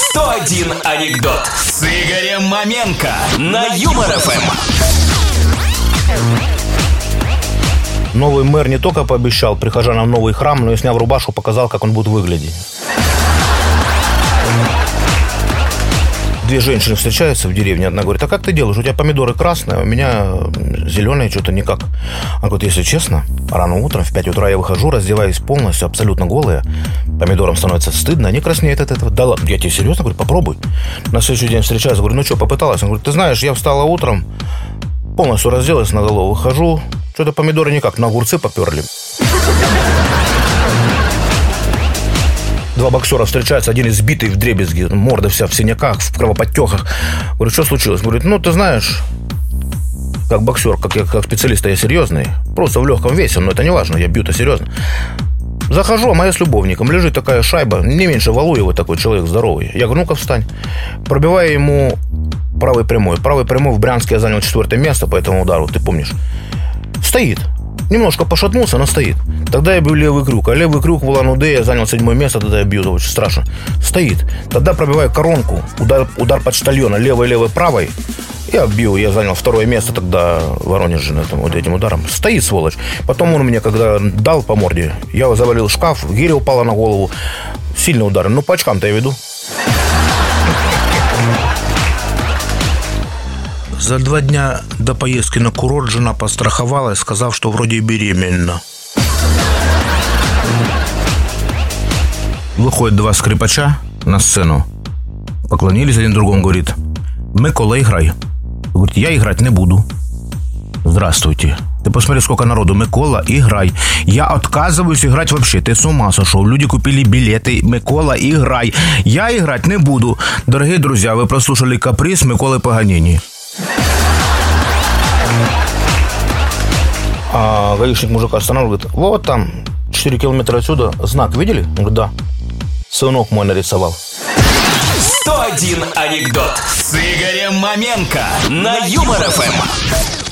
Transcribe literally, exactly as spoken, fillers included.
сто один анекдот с Игорем Маменко на Юмор эф эм. Новый мэр не только пообещал прихожанам новый храм, но и, сняв рубашку, показал, как он будет выглядеть. Две женщины встречаются в деревне. Одна говорит: а как ты делаешь? У тебя помидоры красные, а у меня зеленые, что-то никак. Она говорит: если честно, рано утром в пять утра я выхожу, раздеваюсь полностью, абсолютно голая. Помидорам становится стыдно, они краснеют от этого. Да ладно, я тебе серьезно говорю, попробуй. На следующий день встречаюсь, говорю: ну что, попыталась? Она говорит: ты знаешь, я встала утром, полностью разделась на голову, выхожу, что-то помидоры никак, на огурцы поперли. Два боксера встречаются, один избитый вдребезги, морда вся в синяках, в кровоподтеках. Говорю: что случилось? Говорит: ну, ты знаешь, как боксер, как я, как специалист, я серьезный. Просто в легком весе, но это не важно, я бью-то серьезно. Захожу, а моя с любовником. Лежит такая шайба, не меньше Валуева, такой человек здоровый. Я говорю: ну-ка встань. Пробиваю ему правый прямой. Правый прямой в Брянске я занял четвертое место по этому удару, ты помнишь. Стоит. Немножко пошатнулся, но стоит. Тогда я бью левый крюк. А левый крюк в Улан-Удэ я занял седьмое место, тогда я бью, это очень страшно. Стоит. Тогда пробиваю коронку. Удар, удар почтальона. Левой, левой, правой. Я бью, я занял второе место тогда в Воронеже на этом, вот этим ударом. Стоит, сволочь. Потом он мне, когда дал по морде, я завалил шкаф, гиря упала на голову. Сильный удар. Ну, по очкам-то я веду. За два дня до поездки на курорт жена постраховалась, сказав, что вроде беременна. Выходят два скрипача на сцену. Поклонились один другому, говорит: Микола, играй. Говорит: я играть не буду. Здравствуйте. Ты посмотри, сколько народу. Микола, играй. Я отказываюсь играть вообще. Ты с ума сошел. Люди купили билеты. Микола, играй. Я играть не буду. Дорогие друзья, вы прослушали каприз Миколы Паганини. А гаишник мужика останавливает: вот там, четыре километра отсюда, знак видели? Он говорит: да. Сынок мой нарисовал. сто один анекдот с Игорем Маменко на Юмор эф эм.